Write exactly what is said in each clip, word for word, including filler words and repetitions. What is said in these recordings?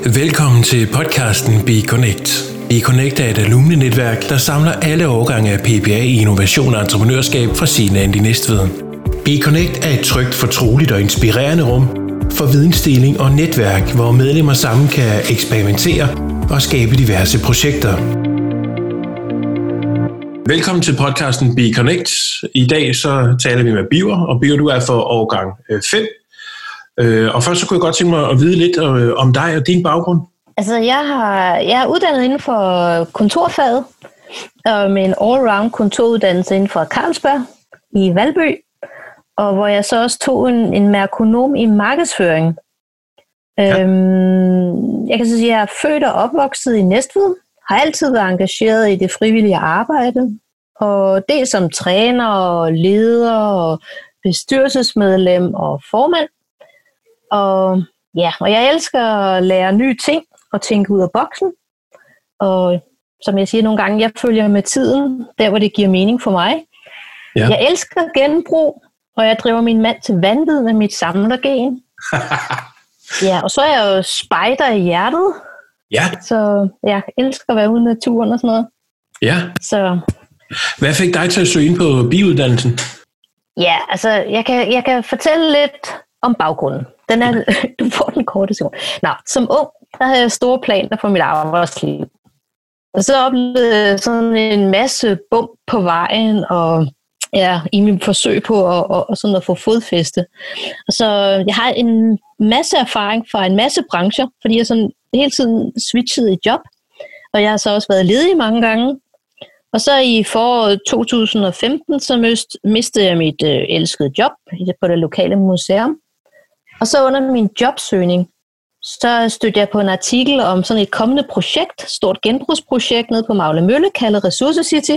Velkommen til podcasten BeConnect. BeConnect er et alumnenetværk, der samler alle årgange af P P A i innovation og entreprenørskab fra Signand i Næstved. BeConnect er et trygt, fortroligt og inspirerende rum for vidensdeling og netværk, hvor medlemmer sammen kan eksperimentere og skabe diverse projekter. Velkommen til podcasten BeConnect. I dag så taler vi med Birger, og Birger, du er for årgang fem. Og først så kunne jeg godt tænke mig at vide lidt om dig og din baggrund. Altså, jeg, har, jeg er uddannet inden for kontorfaget, og med en all-round kontoruddannelse inden for Carlsberg i Valby, og hvor jeg så også tog en, en merkonom i markedsføring. Ja. Øhm, jeg kan så sige, at jeg er født og opvokset i Næstved, har altid været engageret i det frivillige arbejde, og det som træner og leder og bestyrelsesmedlem og formand. Og ja, og jeg elsker at lære nye ting og tænke ud af boksen. Og som jeg siger nogle gange, jeg følger med tiden, der hvor det giver mening for mig. Ja. Jeg elsker genbrug, og jeg driver min mand til vanvid med mit samlergen. Ja, og så er jeg jo spejder i hjertet. Ja. Så jeg elsker at være ude i naturen og sådan noget. Ja. Så. Hvad fik dig til at søge ind på biuddannelsen? Ja, altså jeg kan, jeg kan fortælle lidt om baggrunden. Den er, du får den korte sekund. Nå, som ung, der havde jeg store planer for mit arbejdsliv. Og så oplevede jeg sådan en masse bump på vejen, og ja, i min forsøg på at, og, og sådan at få fodfæste. Og så jeg har en masse erfaring fra en masse brancher, fordi jeg sådan hele tiden switchede i job. Og jeg har så også været ledig mange gange. Og så i foråret to tusind og femten, så mistede jeg mit øh, elskede job på det lokale museum. Og så under min jobsøgning, så stødte jeg på en artikel om sådan et kommende projekt, stort genbrugsprojekt nede på Magle Mølle, kaldet Ressourcecity.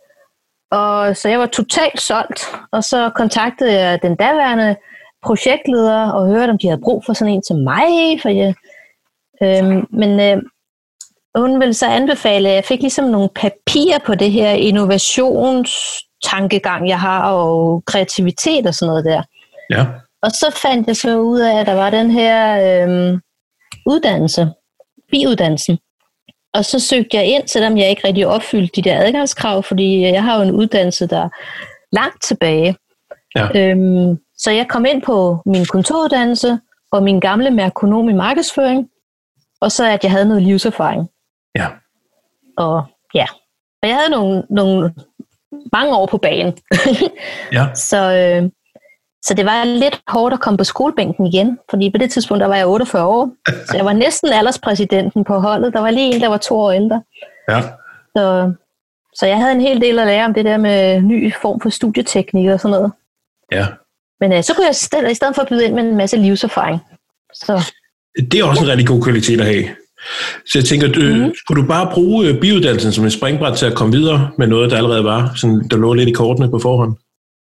Og så jeg var totalt solgt, og så kontaktede jeg den daværende projektleder og hørte, om de havde brug for sådan en til mig. For jeg, øhm, men øh, hun ville så anbefale, at jeg fik ligesom nogle papirer på det her innovationstankegang, jeg har, og kreativitet og sådan noget der. Ja. Og så fandt jeg så ud af, at der var den her øhm, uddannelse, biuddannelsen. Og så søgte jeg ind, selvom jeg ikke rigtig opfyldte de der adgangskrav, fordi jeg har jo en uddannelse, der er langt tilbage. Ja. Øhm, så jeg kom ind på min kontoruddannelse og min gamle merkonom i markedsføring, og så at jeg havde noget livserfaring. Ja. Og ja, og jeg havde nogle, nogle mange år på banen. Ja. Så... Øh, Så det var lidt hårdt at komme på skolebænken igen, fordi på det tidspunkt, der var jeg otteogfyrre år, så jeg var næsten alderspræsidenten på holdet. Der var lige en, der var to år ældre. Ja. Så, så jeg havde en hel del at lære om det der med ny form for studieteknik og sådan noget. Ja. Men øh, så kunne jeg stille, i stedet for at byde ind med en masse livserfaring. Så. Det er også en rigtig god kvalitet at have. Så jeg tænker, mm. skulle du bare bruge biuddannelsen som en springbræt til at komme videre med noget, der allerede var, sådan, der lå lidt i kortene på forhånd?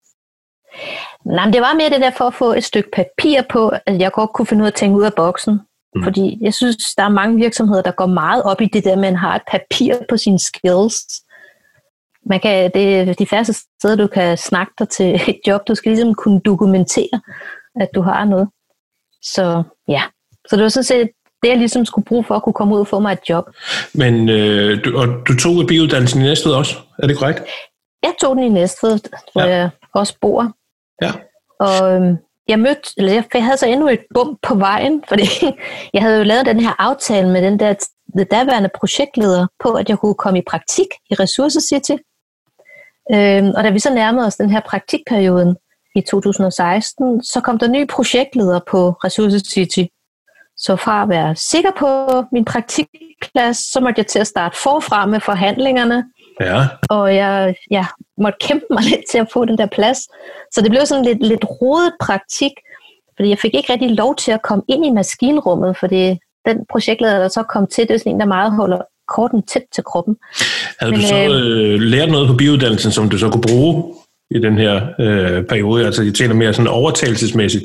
Nej, men det var mere det der for at få et stykke papir på, at jeg godt kunne finde ud af at tænke ud af boksen. Mm. Fordi jeg synes, der er mange virksomheder, der går meget op i det der, at man har et papir på sine skills. Man kan, det er de færreste steder, du kan snakke dig til et job. Du skal ligesom kunne dokumentere, at du har noget. Så ja, så det var sådan set det, jeg ligesom skulle bruge for at kunne komme ud og få mig et job. Men øh, du, og du tog biuddannelsen i Næstved også, er det korrekt? Jeg tog den i Næstved, hvor ja. jeg også bor. Ja. Og øhm, jeg mødte, eller jeg havde så endnu et bump på vejen, fordi jeg havde jo lavet den her aftale med den der det daværende projektleder på, at jeg kunne komme i praktik i Ressourcecity. Øhm, og da vi så nærmede os den her praktikperioden i to tusind og seksten, så kom der ny projektleder på Ressourcecity. Så fra at være sikker på min praktikplads, så måtte jeg til at starte forfra med forhandlingerne. Ja. Og jeg, jeg måtte kæmpe mig lidt til at få den der plads. Så det blev sådan lidt, lidt rodet praktik, fordi jeg fik ikke rigtig lov til at komme ind i maskinrummet, fordi den projektleder, der så kom til, det er sådan en, der meget holder korten tæt til kroppen. Havde Men, du så øh, lært noget på biuddannelsen, som du så kunne bruge i den her øh, periode? Altså jeg tænker mere sådan overtagelsesmæssigt.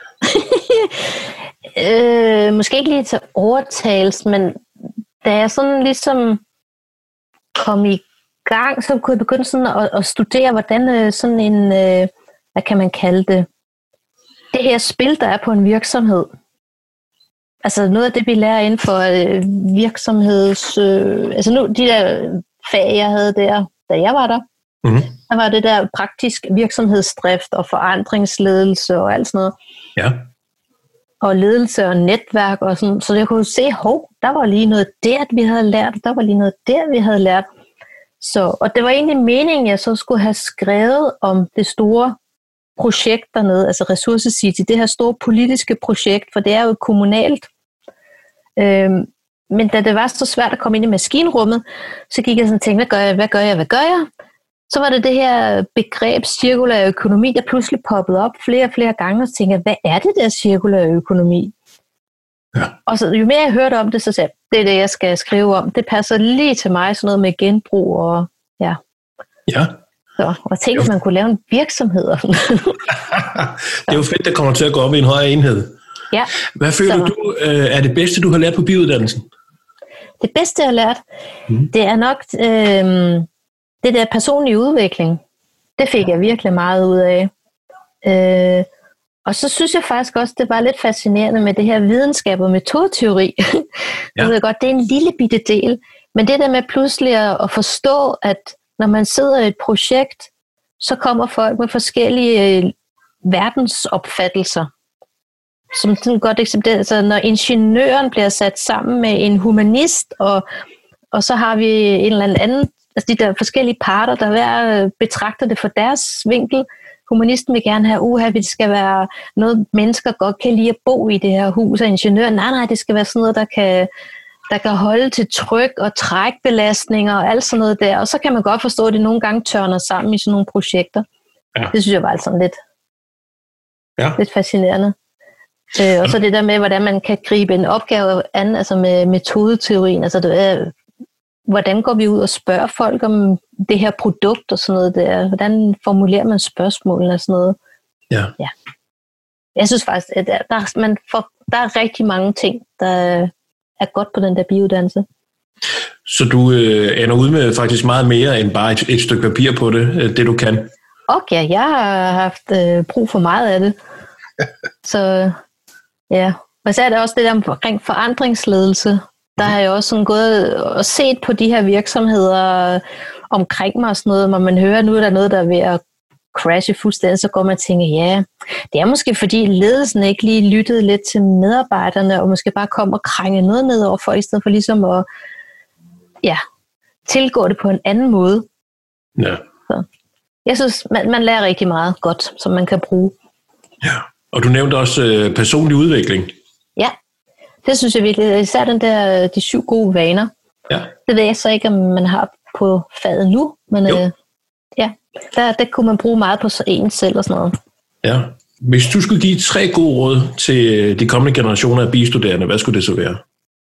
øh, måske ikke lige til overtagelse, men da jeg sådan ligesom kom i gang, så kunne jeg begynde sådan at, at studere, hvordan sådan en, øh, hvad kan man kalde det, det her spil, der er på en virksomhed. altså noget af det, vi lærer inden for øh, virksomheds... Øh, altså nu, de der fag, jeg havde der, da jeg var der, mm-hmm. der var det der praktisk virksomhedsdrift og forandringsledelse og alt sådan noget. Ja. Og ledelse og netværk og sådan. Så jeg kunne se, hov, der var lige noget der, vi havde lært, der var lige noget der, vi havde lært. Så, og det var egentlig meningen, at jeg så skulle have skrevet om det store projekt dernede, altså Ressource City, det her store politiske projekt, for det er jo kommunalt. Øhm, men da det var så svært at komme ind i maskinrummet, så gik jeg sådan og tænkte, hvad gør jeg, hvad gør jeg, hvad gør jeg? Så var det det her begreb cirkulær økonomi, der pludselig poppede op flere og flere gange, og så tænkte jeg, hvad er det der cirkulær økonomi? Ja. Og så jo mere jeg hørte om det, så sagde jeg, det er det, jeg skal skrive om. Det passer lige til mig, sådan noget med genbrug og ja. Ja. Så, og tænkte, at man kunne lave en virksomhed. Det er jo fedt, der kommer til at gå op i en højere enhed. Ja. Hvad føler så. du øh, er det bedste, du har lært på biuddannelsen? Det bedste, jeg har lært, mm. det er nok øh, det der personlige udvikling. Det fik jeg virkelig meget ud af. Øh, og så synes jeg faktisk også, det var lidt fascinerende med det her videnskab og metodeteori. Ja. Jeg ved godt, det er en lille bitte del, men det der med pludselig at forstå, at når man sidder i et projekt, så kommer folk med forskellige øh, verdensopfattelser. Som sådan et godt eksempel, altså når ingeniøren bliver sat sammen med en humanist, og, og så har vi en eller anden, altså de der forskellige parter, der hver betragter det fra deres vinkel. Humanisten vil gerne have, uha, det skal være noget, mennesker godt kan lide at bo i det her hus, og ingeniøren, nej, nej, det skal være sådan noget, der kan... der kan holde til tryk og trækbelastninger og alt sådan noget der. Og så kan man godt forstå, at det nogle gange tørner sammen i sådan nogle projekter. Ja. Det synes jeg var sådan lidt, ja. lidt fascinerende. Øh, og så det der med, hvordan man kan gribe en opgave an, altså med metodeteorien. Altså det er, hvordan går vi ud og spørger folk om det her produkt og sådan noget der? Hvordan formulerer man spørgsmålene og sådan noget? Ja. ja. Jeg synes faktisk, at der, der, man får, der er rigtig mange ting, der er godt på den der biuddannelse. Så du øh, ender ud med faktisk meget mere end bare et, et stykke papir på det, det du kan? Okay, jeg har haft øh, brug for meget af det. Så ja, og så er det også det der omkring forandringsledelse. Der har jeg også sådan gået og set på de her virksomheder omkring mig og sådan noget, hvor man hører, nu er der noget, der er ved at crashe fuldstændig, så går man og tænker, ja, det er måske fordi ledelsen ikke lige lyttede lidt til medarbejderne, og måske bare kom og krænge noget ned over for, i stedet for ligesom at ja, tilgå det på en anden måde. Ja. Så jeg synes, man, man lærer rigtig meget godt, som man kan bruge. Ja, og du nævnte også øh, personlig udvikling. Ja, det synes jeg virkelig, især den der, de syv gode vaner. Ja. Det ved jeg så ikke, om man har på faget nu, men øh, ja, der, der kunne man bruge meget på en selv og sådan noget. Ja, hvis du skulle give tre gode råd til de kommende generationer af bistuderende, hvad skulle det så være?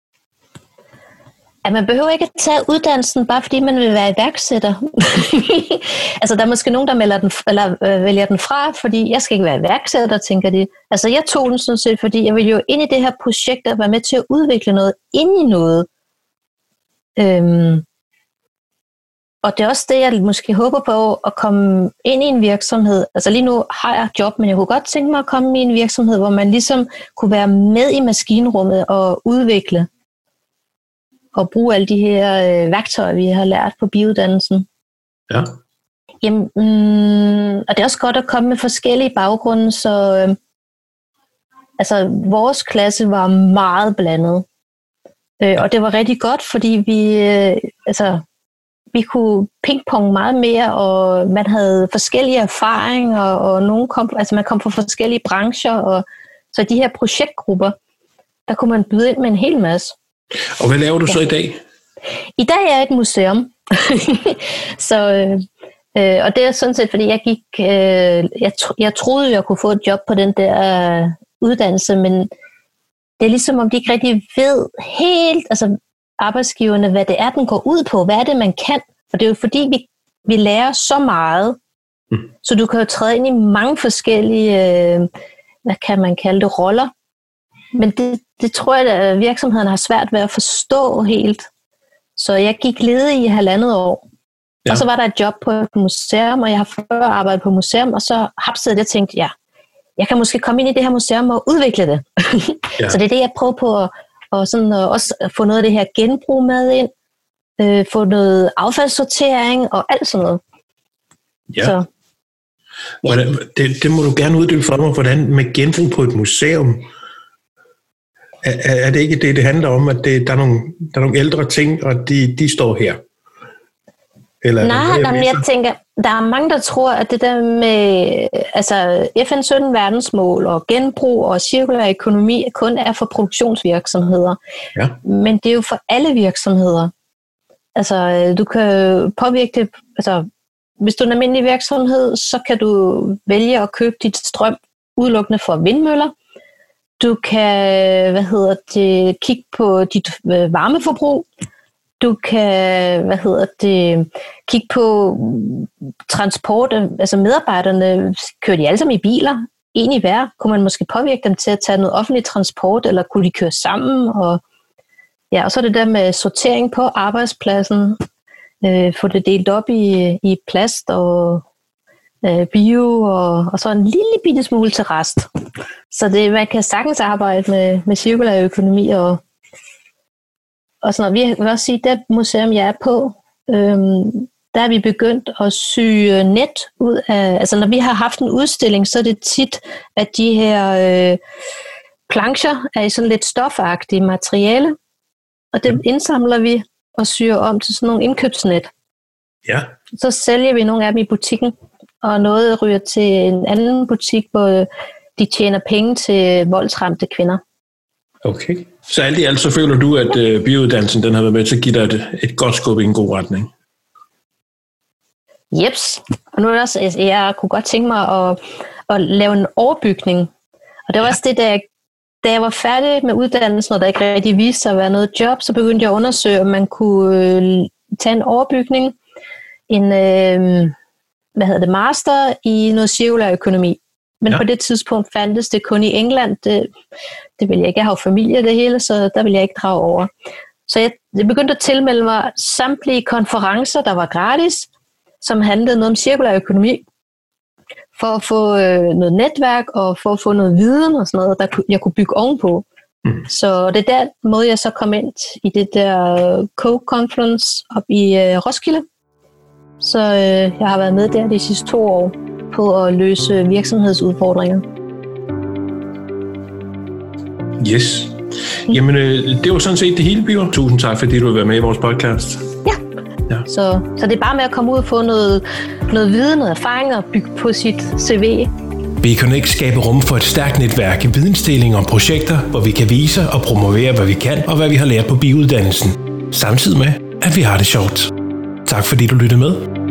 At man behøver ikke at tage uddannelsen, bare fordi man vil være iværksætter. Altså, der er måske nogen, der melder den, eller, øh, vælger den fra, fordi jeg skal ikke være iværksætter, tænker de. Altså, jeg tog den sådan set, fordi jeg vil jo ind i det her projekt og være med til at udvikle noget ind i noget. Øhm, og det er også det, jeg måske håber på, at komme ind i en virksomhed. Altså, lige nu har jeg job, men jeg kunne godt tænke mig at komme i en virksomhed, hvor man ligesom kunne være med i maskinrummet og udvikle og bruge alle de her øh, værktøjer, vi har lært på biuddannelsen. Ja. Jamen, mm, og det er også godt at komme med forskellige baggrunde, så øh, altså, vores klasse var meget blandet. Øh, og det var rigtig godt, fordi vi, øh, altså, vi kunne pingpong meget mere, og man havde forskellige erfaringer, og nogen kom, altså man kom fra forskellige brancher, og så de her projektgrupper, der kunne man byde ind med en hel masse. Og hvad laver du så ja. i dag? I dag er jeg et museum. så, øh, og det er sådan set, fordi jeg gik, øh, jeg, tro, jeg troede, jeg kunne få et job på den der øh, uddannelse, men det er ligesom, om de ikke rigtig ved helt, altså arbejdsgiverne, hvad det er, den går ud på. Hvad er det, man kan? For det er jo fordi, vi, vi lærer så meget, mm. så du kan jo træde ind i mange forskellige, øh, hvad kan man kalde det, roller. Men det, det tror jeg, at virksomhederne har svært ved at forstå helt. Så jeg gik ledig i halvandet år. Ja. Og så var der et job på et museum, og jeg har før arbejdet på museum, og så hapsede jeg og tænkte, ja, jeg kan måske komme ind i det her museum og udvikle det. Ja. Så det er det, jeg prøver på at, og sådan, at også få noget af det her genbrug med ind, øh, få noget affaldssortering og alt sådan noget. Ja. Så, ja. Hvordan, det, det må du gerne uddybe for mig, hvordan med genbrug på et museum, er, er det ikke det, det handler om, at det, der, er nogle, der er nogle ældre ting, og de, de står her? Eller Nej, nej, men jeg tænker, der er mange, der tror, at det der med altså F N sytten verdensmål og genbrug og cirkulær økonomi kun er for produktionsvirksomheder. Ja. Men det er jo for alle virksomheder. Altså, du kan påvirke det, altså, hvis du er en almindelig virksomhed, så kan du vælge at købe dit strøm udelukkende for vindmøller. Du kan, hvad hedder det, kigge på dit varmeforbrug. Du kan, hvad hedder det, kigge på transport, altså medarbejderne, kører de alle sammen i biler, en i hver, kunne man måske påvirke dem til at tage noget offentlig transport, eller kunne de køre sammen, og ja, og så er det der med sortering på arbejdspladsen, øh, få det delt op i, i plast og øh, bio, og, og så en lille bitte smule til rest. Så det, man kan sagtens arbejde med, med cirkulær økonomi og Og sådan noget. Vi vil også sige, at det museum, jeg er på, øhm, der er vi begyndt at sy net ud af... Altså, når vi har haft en udstilling, så er det tit, at de her øh, plancher er i sådan lidt stofagtige materiale, og det indsamler vi og syr om til sådan nogle indkøbsnet. Ja. Så sælger vi nogle af dem i butikken, og noget ryger til en anden butik, hvor de tjener penge til voldsramte kvinder. Okay. Så alt i alt så føler du, at øh, biouddannelsen den har været med til at give dig et, et godt skub i en god retning? Jeps. Og nu er det også, jeg, jeg kunne godt tænke mig at, at lave en overbygning. Og det var ja. også det, da jeg, da jeg var færdig med uddannelsen, og der ikke rigtig viste sig at være noget job, så begyndte jeg at undersøge, om man kunne øh, tage en overbygning, en øh, hvad hedder det, master i noget cirkulær økonomi. Men ja. på det tidspunkt fandtes det kun i England. Det, det ville jeg ikke. Jeg har jo familie det hele, så der ville jeg ikke drage over. Så jeg, jeg begyndte at tilmelde mig samtlige konferencer, der var gratis, som handlede noget om cirkulær økonomi, for at få øh, noget netværk og for at få noget viden og sådan noget, der jeg kunne bygge ovenpå. Mm. Så det er der måde, jeg så kom ind i det der Co-conference op i øh, Roskilde. Så øh, jeg har været med der de sidste to år på at løse virksomhedsudfordringer. Yes. Jamen, øh, det var sådan set det hele, Biver. Tusind tak, fordi du har været med i vores podcast. Ja. ja. Så, så det er bare med at komme ud og få noget, noget viden, noget erfaring og bygge på sit C V. B-Connect skaber rum for et stærkt netværk, vidensdeling om projekter, hvor vi kan vise og promovere, hvad vi kan og hvad vi har lært på biouddannelsen. Samtidig med, at vi har det sjovt. Tak fordi du lyttede med.